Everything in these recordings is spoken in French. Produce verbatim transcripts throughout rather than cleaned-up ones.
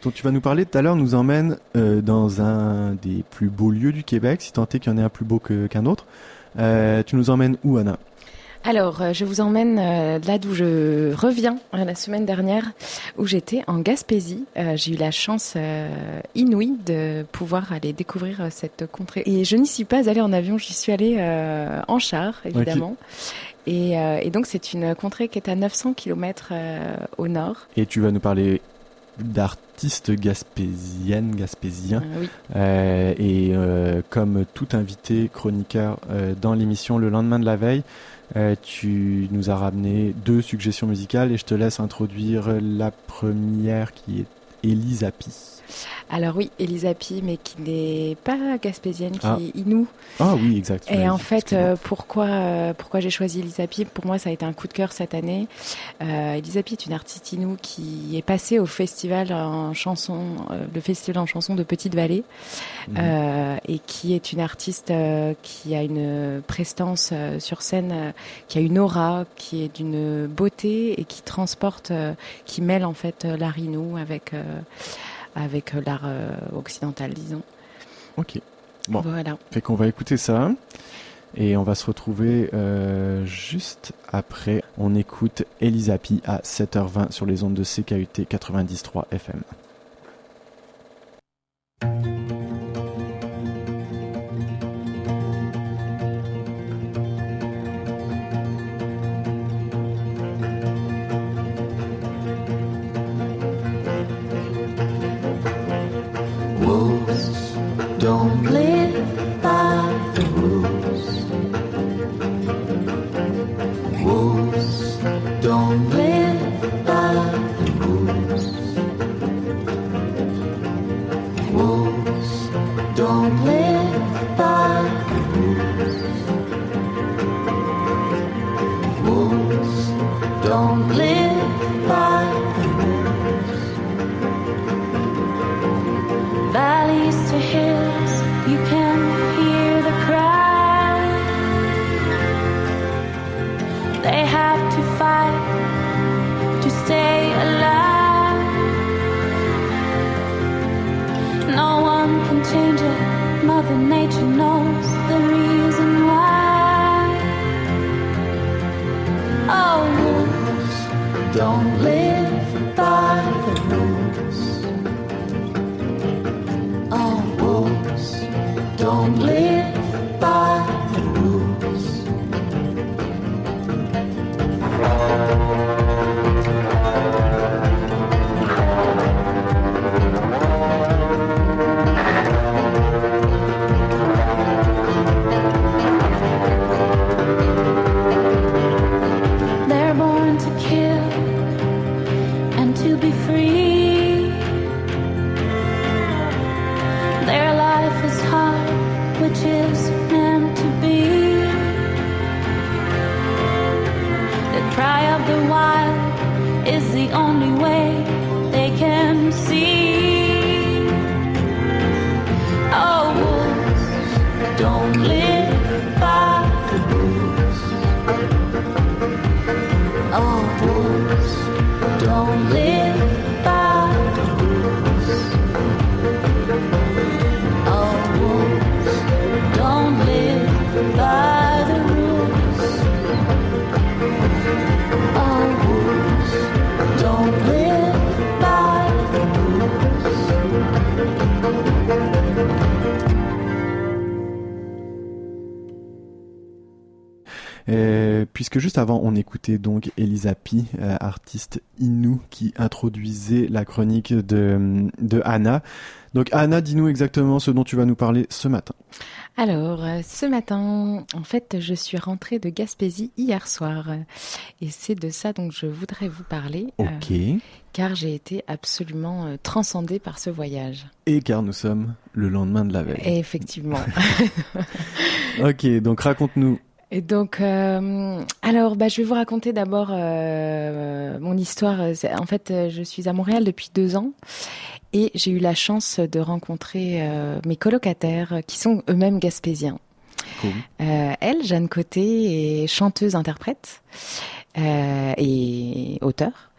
dont tu vas nous parler tout à l'heure nous emmène euh, dans un des plus beaux lieux du Québec, si tant est qu'il y en ait un plus beau que, qu'un autre. Euh, tu nous emmènes où, Anna ? Alors, euh, je vous emmène euh, là d'où je reviens euh, la semaine dernière, où j'étais en Gaspésie. Euh, j'ai eu la chance euh, inouïe de pouvoir aller découvrir euh, cette contrée. Et je n'y suis pas allée en avion, j'y suis allée euh, en char, évidemment. Okay. Et, euh, et donc, c'est une contrée qui est à neuf cents kilomètres euh, au nord. Et tu vas nous parler d'artistes gaspésiennes, gaspésiens. Euh, oui. Euh, et euh, comme tout invité chroniqueur euh, dans l'émission Le lendemain de la veille, Euh, tu nous as ramené deux suggestions musicales et je te laisse introduire la première qui est Élise Apy. Alors oui, Élise Apy, mais qui n'est pas gaspésienne, qui ah. est Innu. Ah oui, exact. Et en fait, euh, pourquoi, euh, pourquoi j'ai choisi Élise Apy ? Pour moi, ça a été un coup de cœur cette année. Euh, Élise Apy est une artiste Innu qui est passée au festival en chanson, euh, le festival en chanson de Petite-Vallée, mmh. euh, et qui est une artiste euh, qui a une prestance euh, sur scène, euh, qui a une aura, qui est d'une beauté et qui transporte, euh, qui mêle en fait l'art Innu avec euh, avec l'art euh, occidental, disons. Ok. Bon. Voilà. Fait qu'on va écouter ça et on va se retrouver euh, juste après. On écoute Élise Apy à sept heures vingt sur les ondes de C K U T quatre-vingt-dix virgule trois F M. Don't live by the rules. Wolves don't live by the rules. Wolves don't live by the rules. Wolves don't live by the rules. Valleys to hills, you can hear the cry. They have to fight to stay alive. No one can change it, Mother Nature knows the reason why. Oh, wolves don't live by the rules. Oh, wolves don't live by the rules. They're born to kill and to be free. Their life is hard, which is meant to be. The cry of the wild is the only way they can see. Oh, wolves don't live by the rules. Oh, wolves don't live by the rules. Oh, wolves don't live by the rules. Oh, wolves don't live by the rules. Euh, puisque juste avant on écoutait donc Élise Apy, euh, artiste Innu qui introduisait la chronique de, de Anna. Donc Anna, dis-nous exactement ce dont tu vas nous parler ce matin. Alors, euh, ce matin, en fait, je suis rentrée de Gaspésie hier soir. Et c'est de ça dont je voudrais vous parler. Ok. Euh, car j'ai été absolument euh, transcendée par ce voyage. Et car nous sommes le lendemain de la veille. Et effectivement. Ok, donc raconte-nous. Et donc, euh, alors, bah, je vais vous raconter d'abord euh, mon histoire. En fait, je suis à Montréal depuis deux ans et j'ai eu la chance de rencontrer euh, mes colocataires qui sont eux-mêmes gaspésiens. Cool. Euh, elle, Jeanne Côté, est chanteuse-interprète euh, et auteure.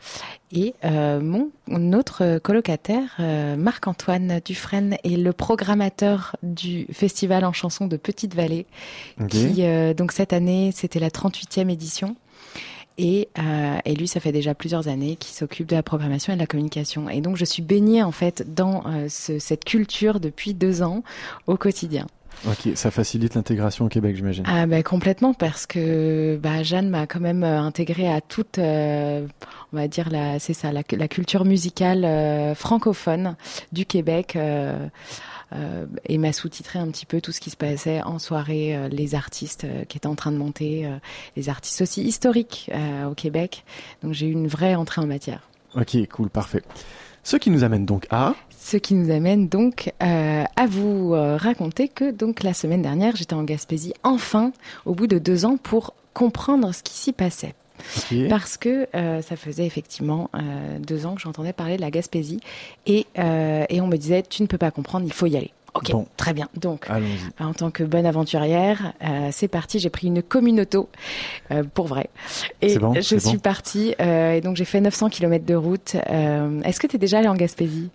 Et euh, mon autre colocataire, euh, Marc-Antoine Dufresne, est le programmateur du festival en chanson de Petite-Vallée. Okay. Qui, euh, donc cette année, c'était la trente-huitième édition. Et, euh, et lui, ça fait déjà plusieurs années qu'il s'occupe de la programmation et de la communication. Et donc, je suis baignée en fait dans euh, ce, cette culture depuis deux ans au quotidien. Ok, ça facilite l'intégration au Québec, j'imagine. Ah bah complètement, parce que bah, Jeanne m'a quand même euh, intégrée à toute, euh, on va dire la, c'est ça, la, la culture musicale euh, francophone du Québec. Euh, Euh, et m'a sous-titré un petit peu tout ce qui se passait en soirée, euh, les artistes euh, qui étaient en train de monter, euh, les artistes aussi historiques euh, au Québec. Donc j'ai eu une vraie entrée en matière. Ok, cool, parfait. Ce qui nous amène donc à... Ce qui nous amène donc euh, à vous euh, raconter que donc la semaine dernière, j'étais en Gaspésie, enfin, au bout de deux ans, pour comprendre ce qui s'y passait. Okay. Parce que euh, ça faisait effectivement euh, deux ans que j'entendais parler de la Gaspésie et, euh, et on me disait tu ne peux pas comprendre, il faut y aller. Ok, bon. Très bien. Donc, allons-y. En tant que bonne aventurière, euh, c'est parti. J'ai pris une communauto euh, pour vrai et c'est bon, je c'est suis bon. partie euh, et donc j'ai fait neuf cents kilomètres de route. Euh, est-ce que tu es déjà allée en Gaspésie?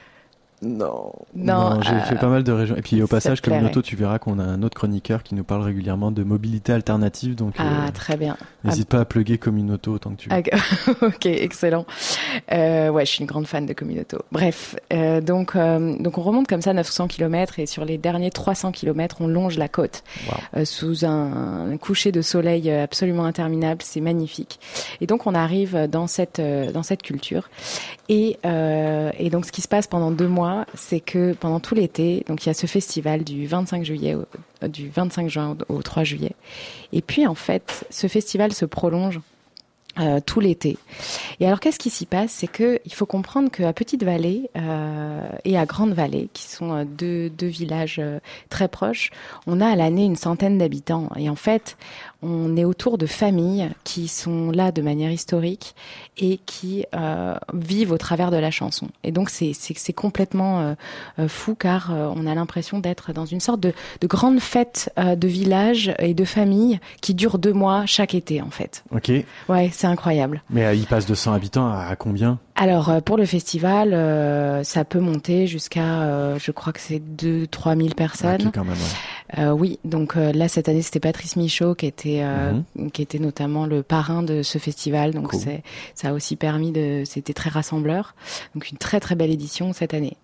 Non, non, non j'ai euh, fait pas mal de régions. Et puis au passage, comme Noto, tu verras qu'on a un autre chroniqueur qui nous parle régulièrement de mobilité alternative. Donc, ah, euh, très bien. N'hésite ah, pas à plugger Communauto autant que tu veux. Ah, ok, excellent. Euh, ouais, je suis une grande fan de Communauto. Bref, euh, donc, euh, donc on remonte comme ça neuf cents kilomètres et sur les derniers trois cents kilomètres, on longe la côte wow. euh, sous un, un coucher de soleil absolument interminable. C'est magnifique. Et donc on arrive dans cette, euh, dans cette culture. Et, euh, et donc ce qui se passe pendant deux mois, c'est que pendant tout l'été, donc il y a ce festival du vingt-cinq juillet au, du vingt-cinq juin au, au trois juillet. Et puis en fait, ce festival se prolonge euh, tout l'été. Et alors qu'est-ce qui s'y passe? C'est que il faut comprendre qu'à Petite-Vallée euh, et à Grande-Vallée, qui sont deux, deux villages euh, très proches, on a à l'année une centaine d'habitants. Et en fait, on est autour de familles qui sont là de manière historique et qui euh, vivent au travers de la chanson. Et donc c'est c'est, c'est complètement euh, fou car euh, on a l'impression d'être dans une sorte de, de grande fête euh, de village et de famille qui dure deux mois chaque été en fait. Ok. Ouais, c'est incroyable. Mais euh, il passe de cent habitants à, à combien? Alors euh, pour le festival, euh, ça peut monter jusqu'à, euh, je crois que c'est deux à trois mille personnes. Ok, quand même. Ouais. Euh, oui, donc euh, là cette année c'était Patrice Michaud qui était euh, mm-hmm. qui était notamment le parrain de ce festival. Donc cool. c'est ça a aussi permis de, c'était très rassembleur. Donc une très très belle édition cette année.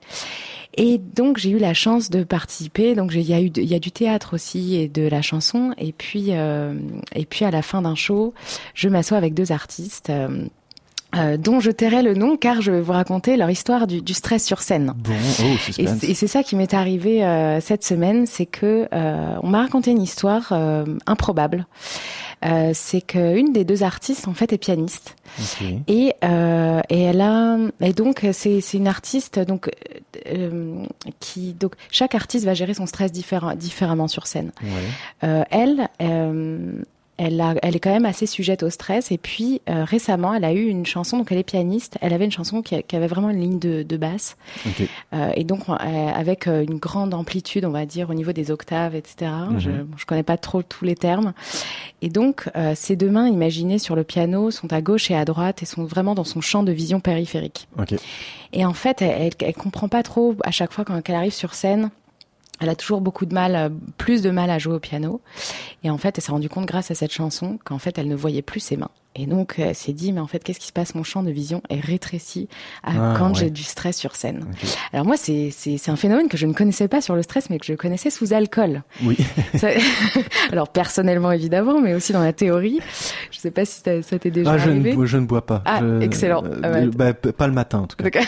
Et donc j'ai eu la chance de participer. Donc il y a eu il y a du théâtre aussi et de la chanson. Et puis euh, et puis à la fin d'un show, je m'assois avec deux artistes. Euh, Euh, dont je tairai le nom car je vais vous raconter leur histoire du, du stress sur scène. Bon, oh, suspense. Et, et c'est ça qui m'est arrivé euh, cette semaine, c'est que euh, on m'a raconté une histoire euh, improbable. Euh, c'est qu'une des deux artistes en fait est pianiste. Okay. Et euh, et elle a et donc c'est c'est une artiste donc euh, qui donc chaque artiste va gérer son stress différent, différemment sur scène. Ouais. Euh, elle euh, Elle, a, elle est quand même assez sujette au stress. Et puis euh, récemment, elle a eu une chanson. Donc elle est pianiste. Elle avait une chanson qui, a, qui avait vraiment une ligne de, de basse. Okay. Euh, et donc euh, avec une grande amplitude, on va dire, au niveau des octaves, et cetera. Mm-hmm. Je, je connais pas trop tous les termes. Et donc euh, ses deux mains imaginées sur le piano sont à gauche et à droite et sont vraiment dans son champ de vision périphérique. Okay. Et en fait, elle, elle, elle comprend pas trop à chaque fois quand elle arrive sur scène. Elle a toujours beaucoup de mal, plus de mal à jouer au piano. Et en fait, elle s'est rendue compte grâce à cette chanson qu'en fait, elle ne voyait plus ses mains. Et donc, elle s'est dit, mais en fait, qu'est-ce qui se passe? Mon champ de vision est rétréci à ah, quand ouais. j'ai du stress sur scène. Okay. Alors moi, c'est, c'est, c'est un phénomène que je ne connaissais pas sur le stress, mais que je connaissais sous alcool. Oui. Ça... Alors, personnellement, évidemment, mais aussi dans la théorie. Je ne sais pas si ça t'est déjà ah, je arrivé. Ne, je ne bois pas. Ah, je... excellent. Euh, ah, ouais. bah, pas le matin, en tout cas.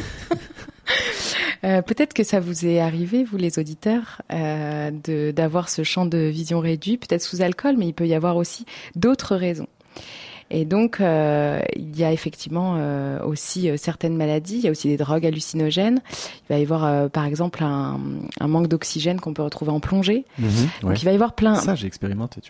Euh, peut-être que ça vous est arrivé, vous les auditeurs, euh, de, d'avoir ce champ de vision réduit, peut-être sous alcool, mais il peut y avoir aussi d'autres raisons. Et donc, euh, il y a effectivement euh, aussi euh, certaines maladies, il y a aussi des drogues hallucinogènes. Il va y avoir, euh, par exemple, un, un manque d'oxygène qu'on peut retrouver en plongée. Mmh, donc, ouais. il va y avoir plein... Ça, j'ai expérimenté, tu vois. Ah,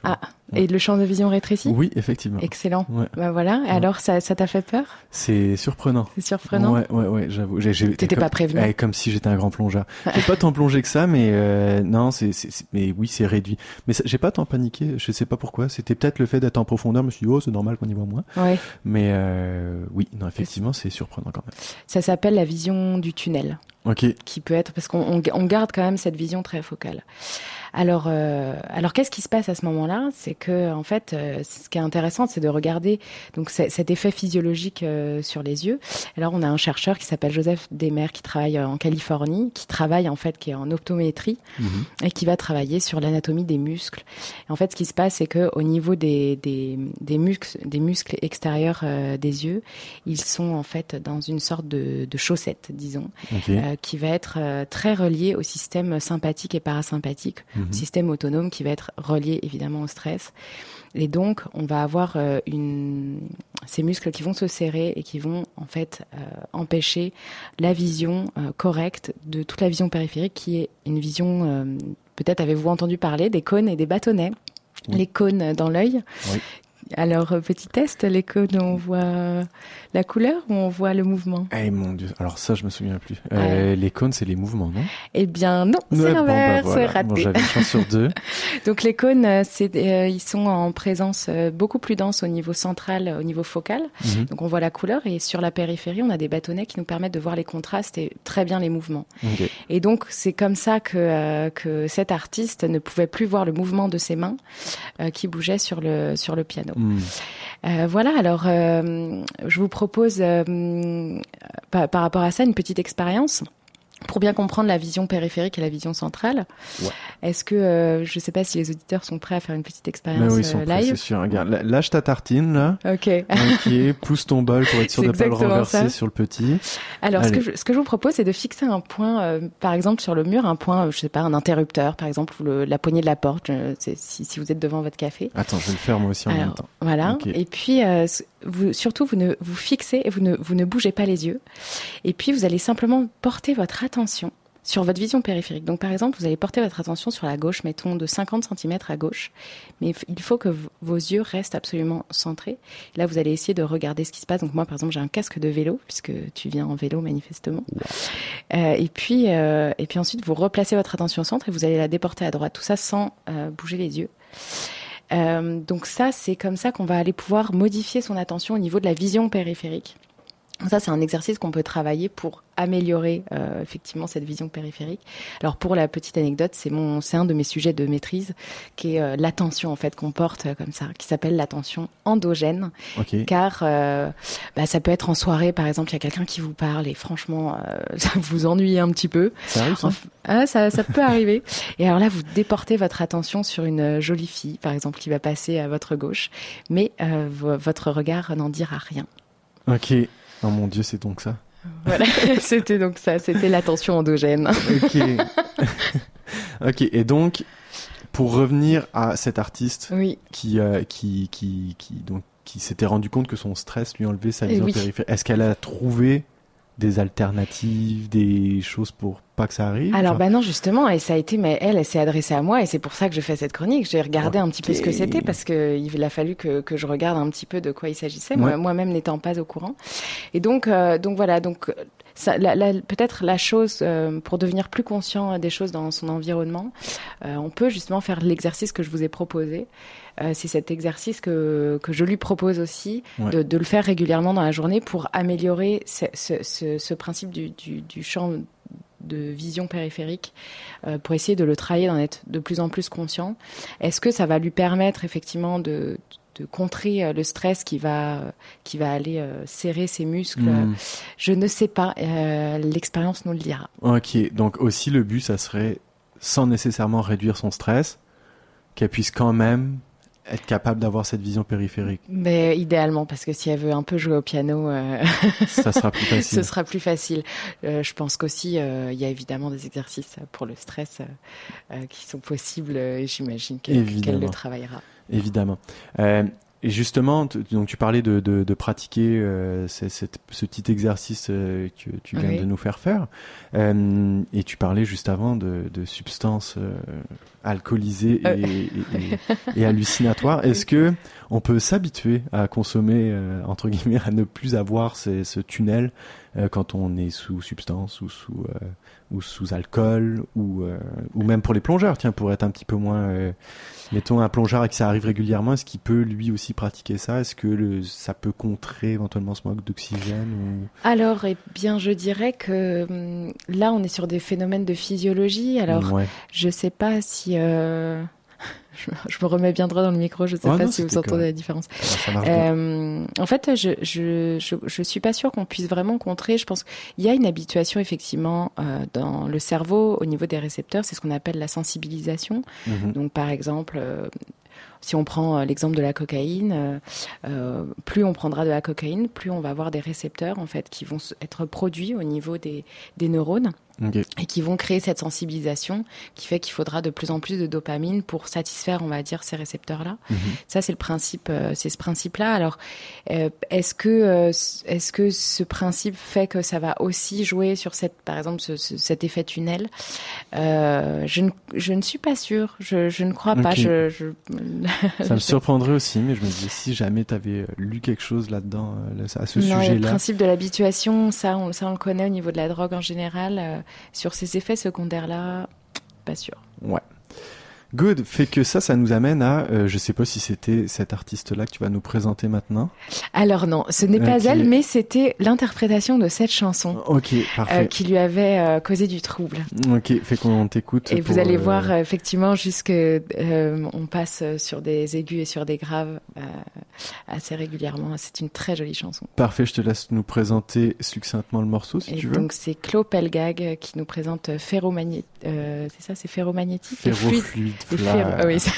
Ouais. Et le champ de vision rétréci ? Oui, effectivement. Excellent. Ouais. Bah voilà. Et Ouais. alors, ça, ça t'a fait peur ? C'est surprenant. C'est surprenant. Ouais, ouais, ouais, j'avoue. J'ai, j'ai, T'étais comme, pas prévenu. eh, comme si j'étais un grand plongeur. J'ai pas tant plongé que ça, mais euh, non, c'est, c'est, c'est, mais oui, c'est réduit. Mais ça, j'ai pas tant paniqué. Je sais pas pourquoi. C'était peut-être le fait d'être en profondeur. Je me suis dit, oh, c'est normal qu'on y voit moins. Ouais. Mais euh, oui, non, effectivement, c'est surprenant quand même. Ça s'appelle la vision du tunnel. Ok. Qui peut être, parce qu'on on, on garde quand même cette vision très focale. Alors, euh, alors qu'est-ce qui se passe à ce moment-là ? C'est que, en fait, euh, ce qui est intéressant, c'est de regarder donc cet effet physiologique euh, sur les yeux. Alors, on a un chercheur qui s'appelle Joseph Demer qui travaille en Californie, qui travaille en fait, qui est en optométrie mm-hmm. et qui va travailler sur l'anatomie des muscles. Et en fait, ce qui se passe, c'est que au niveau des des des muscles, des muscles extérieurs euh, des yeux, ils sont en fait dans une sorte de, de chaussette, disons, okay. euh, qui va être euh, très reliée au système sympathique et parasympathique. Mmh. Système autonome qui va être relié évidemment au stress. Et donc, on va avoir euh, une... ces muscles qui vont se serrer et qui vont en fait euh, empêcher la vision euh, correcte de toute la vision périphérique qui est une vision, euh, peut-être avez-vous entendu parler des cônes et des bâtonnets. Oui. Les cônes dans l'œil. Oui. Alors, petit test, les cônes, on voit la couleur ou on voit le mouvement ? Eh mon Dieu, alors ça, je me souviens plus. Euh, ouais. Les cônes, c'est les mouvements, non ? Eh bien, non, c'est ouais, l'inverse, bon, bah, voilà. C'est raté. Bon, j'avais une chance sur deux. Donc, les cônes, c'est, euh, ils sont en présence euh, beaucoup plus dense au niveau central, au niveau focal. Mm-hmm. Donc, on voit la couleur et sur la périphérie, on a des bâtonnets qui nous permettent de voir les contrastes et très bien les mouvements. Okay. Et donc, c'est comme ça que, euh, que cet artiste ne pouvait plus voir le mouvement de ses mains euh, qui bougeaient sur le, sur le piano. Mmh. Euh, voilà, alors euh, je vous propose euh, par, par rapport à ça une petite expérience pour bien comprendre la vision périphérique et la vision centrale. Ouais. Est-ce que, euh, je ne sais pas si les auditeurs sont prêts à faire une petite expérience oui, ils sont euh, prêts, live. C'est sûr. Regarde, lâche ta tartine là. Ok. Ok. Pousse ton bol pour être sûr de ne pas le renverser ça. Sur le petit. Alors, ce que, je, ce que je vous propose, c'est de fixer un point, euh, par exemple sur le mur, un point, je sais pas, un interrupteur, par exemple, ou le, la poignée de la porte. Je, si, si vous êtes devant votre café. Attends, je vais le faire moi aussi en Alors, même temps. Voilà. Okay. Et puis, euh, vous, surtout, vous ne vous fixez et vous ne vous ne bougez pas les yeux. Et puis, vous allez simplement porter votre attention sur votre vision périphérique. Donc, par exemple, vous allez porter votre attention sur la gauche, mettons de cinquante centimètres à gauche. Mais il faut que v- vos yeux restent absolument centrés. Là, vous allez essayer de regarder ce qui se passe. Donc, moi, par exemple, j'ai un casque de vélo, puisque tu viens en vélo, manifestement. Wow. Euh, et puis, euh, et puis ensuite, vous replacez votre attention au centre et vous allez la déporter à droite. Tout ça sans euh, bouger les yeux. Euh, donc ça, c'est comme ça qu'on va aller pouvoir modifier son attention au niveau de la vision périphérique. Ça, c'est un exercice qu'on peut travailler pour améliorer euh, effectivement cette vision périphérique. Alors pour la petite anecdote, c'est mon, c'est un de mes sujets de maîtrise, qui est euh, l'attention en fait qu'on porte euh, comme ça, qui s'appelle l'attention endogène. Okay. Car euh, bah, ça peut être en soirée, par exemple, il y a quelqu'un qui vous parle et franchement, euh, ça vous ennuie un petit peu. Ça arrive ça enfin, ah, ça, ça peut arriver. Et alors là, vous déportez votre attention sur une jolie fille, par exemple, qui va passer à votre gauche, mais euh, v- votre regard n'en dira rien. Ok. Oh mon Dieu, c'est donc ça. Voilà, c'était donc ça, c'était l'attention endogène. Ok. Ok, et donc, pour revenir à cet artiste oui. qui, euh, qui, qui, qui, donc, qui s'était rendu compte que son stress lui enlevait sa vision oui. périphérique, est-ce qu'elle a trouvé des alternatives, des choses pour pas que ça arrive? Alors, enfin... bah non, justement, et ça a été, mais elle, elle s'est adressée à moi, et c'est pour ça que je fais cette chronique. J'ai regardé okay. un petit peu ce que c'était, parce que il a fallu que, que je regarde un petit peu de quoi il s'agissait, ouais. moi, moi-même n'étant pas au courant. Et donc, euh, donc voilà, donc, ça, la, la, peut-être la chose, euh, pour devenir plus conscient des choses dans son environnement, euh, on peut justement faire l'exercice que je vous ai proposé. Euh, c'est cet exercice que, que je lui propose aussi, ouais. de, de le faire régulièrement dans la journée pour améliorer ce, ce, ce, ce principe du, du, du champ de vision périphérique, euh, pour essayer de le travailler, d'en être de plus en plus conscient. Est-ce que ça va lui permettre effectivement de, de contrer le stress qui va, qui va aller euh, serrer ses muscles? mmh. Je ne sais pas, euh, l'expérience nous le dira. Ok, donc aussi le but, ça serait, sans nécessairement réduire son stress, qu'elle puisse quand même être capable d'avoir cette vision périphérique. Mais idéalement, parce que si elle veut un peu jouer au piano, euh... ça sera plus facile. Ce sera plus facile. Euh, je pense qu'aussi, euh, il y a évidemment des exercices pour le stress euh, qui sont possibles. Et j'imagine que, qu'elle le travaillera. Évidemment. Euh, Et justement, t- donc tu parlais de, de, de pratiquer euh, ce, cette- ce petit exercice euh, que tu viens Oui. de nous faire faire. Euh, et tu parlais juste avant de, de substances euh, alcoolisées et, Euh. et, et, et hallucinatoires. Est-ce que on peut s'habituer à consommer, euh, entre guillemets, à ne plus avoir ces, ce tunnel euh, quand on est sous substance ou sous euh, ou sous alcool ou euh, ou même pour les plongeurs, tiens, pour être un petit peu moins euh, mettons un plongeur et que ça arrive régulièrement, est-ce qu'il peut lui aussi pratiquer ça? Est-ce que le, ça peut contrer éventuellement ce manque d'oxygène ou... Alors, eh bien, je dirais que hum, là, on est sur des phénomènes de physiologie. Alors, ouais. je sais pas si... euh, je, je me remets bien droit dans le micro, je sais Oh pas non, si vous c'était entendez correct. la différence. Ça, ça marche bien. Euh, en fait, je, je, je, je suis pas sûre qu'on puisse vraiment contrer. Je pense qu'il y a une habituation, effectivement, euh, dans le cerveau, au niveau des récepteurs. C'est ce qu'on appelle la sensibilisation. Mhm. Donc, par exemple... euh, si on prend euh, l'exemple de la cocaïne, euh, euh, plus on prendra de la cocaïne, plus on va avoir des récepteurs en fait qui vont s- être produits au niveau des, des neurones Ok. et qui vont créer cette sensibilisation qui fait qu'il faudra de plus en plus de dopamine pour satisfaire, on va dire, ces récepteurs-là. Mhm. Ça, c'est le principe, euh, c'est ce principe-là. Alors, euh, est-ce que, euh, s- est-ce que ce principe fait que ça va aussi jouer sur cette, par exemple, ce, ce- cet effet tunnel? Euh, je ne, je ne suis pas sûre. Je, je ne crois pas. Ok. Je, je... Ça me surprendrait aussi, mais je me disais si jamais tu avais lu quelque chose là-dedans, euh, là, à ce Non, il y a le sujet-là. principe de l'habituation, ça on, ça on le connaît au niveau de la drogue en général. Euh, sur ces effets secondaires-là, pas sûr. Ouais. Good. Fait que ça, ça nous amène à, euh, je sais pas si c'était cet artiste-là que tu vas nous présenter maintenant. Alors non, ce n'est pas Ok. elle, mais c'était l'interprétation de cette chanson Ok, euh, parfait. qui lui avait euh, causé du trouble. Ok, fait qu'on t'écoute. Et pour, vous allez euh, voir, euh, effectivement, jusque euh, on passe sur des aigus et sur des graves euh, assez régulièrement. C'est une très jolie chanson. Parfait, je te laisse nous présenter succinctement le morceau si Et tu veux. donc c'est Claude Pelgag qui nous présente Ferromagnétique. Euh, c'est ça, c'est Ferromagnétique. et fluide. Ferrofluide Les Fla- ferro- ah oui, c'est-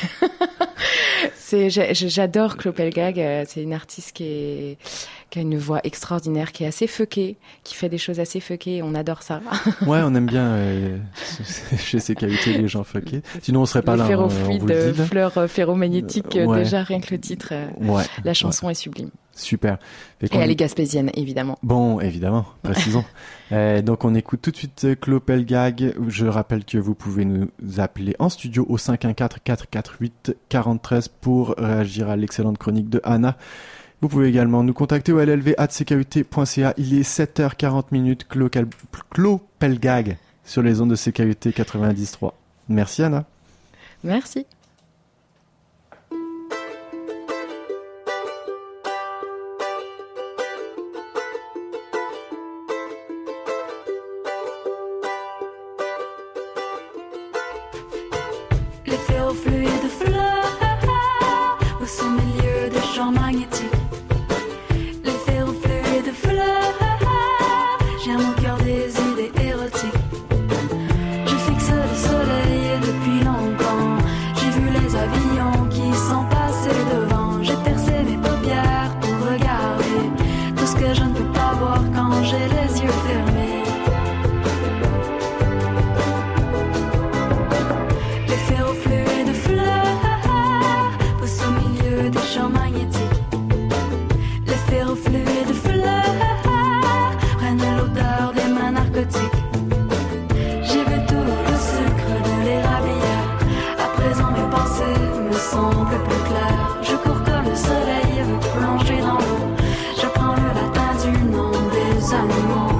c'est, j'a- j'adore Claude Pelgag. euh, C'est une artiste qui, est, qui a une voix extraordinaire, qui est assez fuckée, qui fait des choses assez fuckées. Et on adore ça. Ouais, on aime bien euh, chez C K U T les gens fuckés. Sinon, on serait pas Le là. hein, on ferrofluide, vous le euh, dit. fleur euh, ferromagnétique. euh, Ouais. Déjà, rien que le titre, euh, Ouais. la chanson est sublime. Super. Fait Et qu'on elle est est- gaspésienne, évidemment. Bon, évidemment, précisons. euh, donc, on écoute tout de suite euh, Claude Pelgag. Je rappelle que vous pouvez nous appeler en studio au cinq un quatre, quatre quatre huit, quatre zéro un trois pour réagir à l'excellente chronique de Anna. Vous pouvez également nous contacter au l l v arobase c k u t point c a. Il est sept heures quarante minutes. Claude Cal- Claude Pelgag sur les ondes de C K U T quatre-vingt-dix trois. Merci Anna. Merci. Les ferrofluides fleurs au son milieu des champs magnétiques. Les ferrofluides fleurs, j'ai mon cœur des idées érotiques. Je fixe le soleil depuis longtemps. J'ai vu les avions qui sont passés devant. J'ai percé mes paupières pour regarder tout ce que je ne peux pas voir quand j'ai les yeux fermés. Les ferrofluides fleurs poussent au milieu des champs magnétiques. Les ferrofluides fleurs prennent l'odeur des mains narcotiques. J'ai bu tout le sucre de l'érablière. À présent mes pensées me semblent plus claires. Je cours comme le soleil veut plonger dans l'eau. J'apprends le latin du nom des animaux.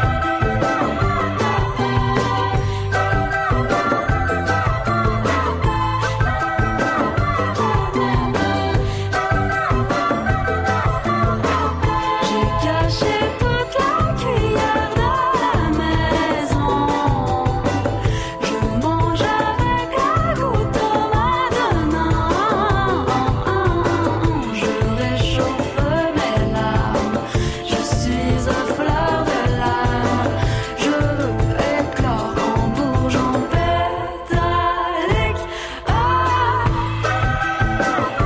J'ai caché toute la cuillère de la maison. Je mange avec la goutte maintenant. Je réchauffe mes larmes. Je suis à fleur de l'âme. Je veux éclore en bourgeon pétalique. Ah.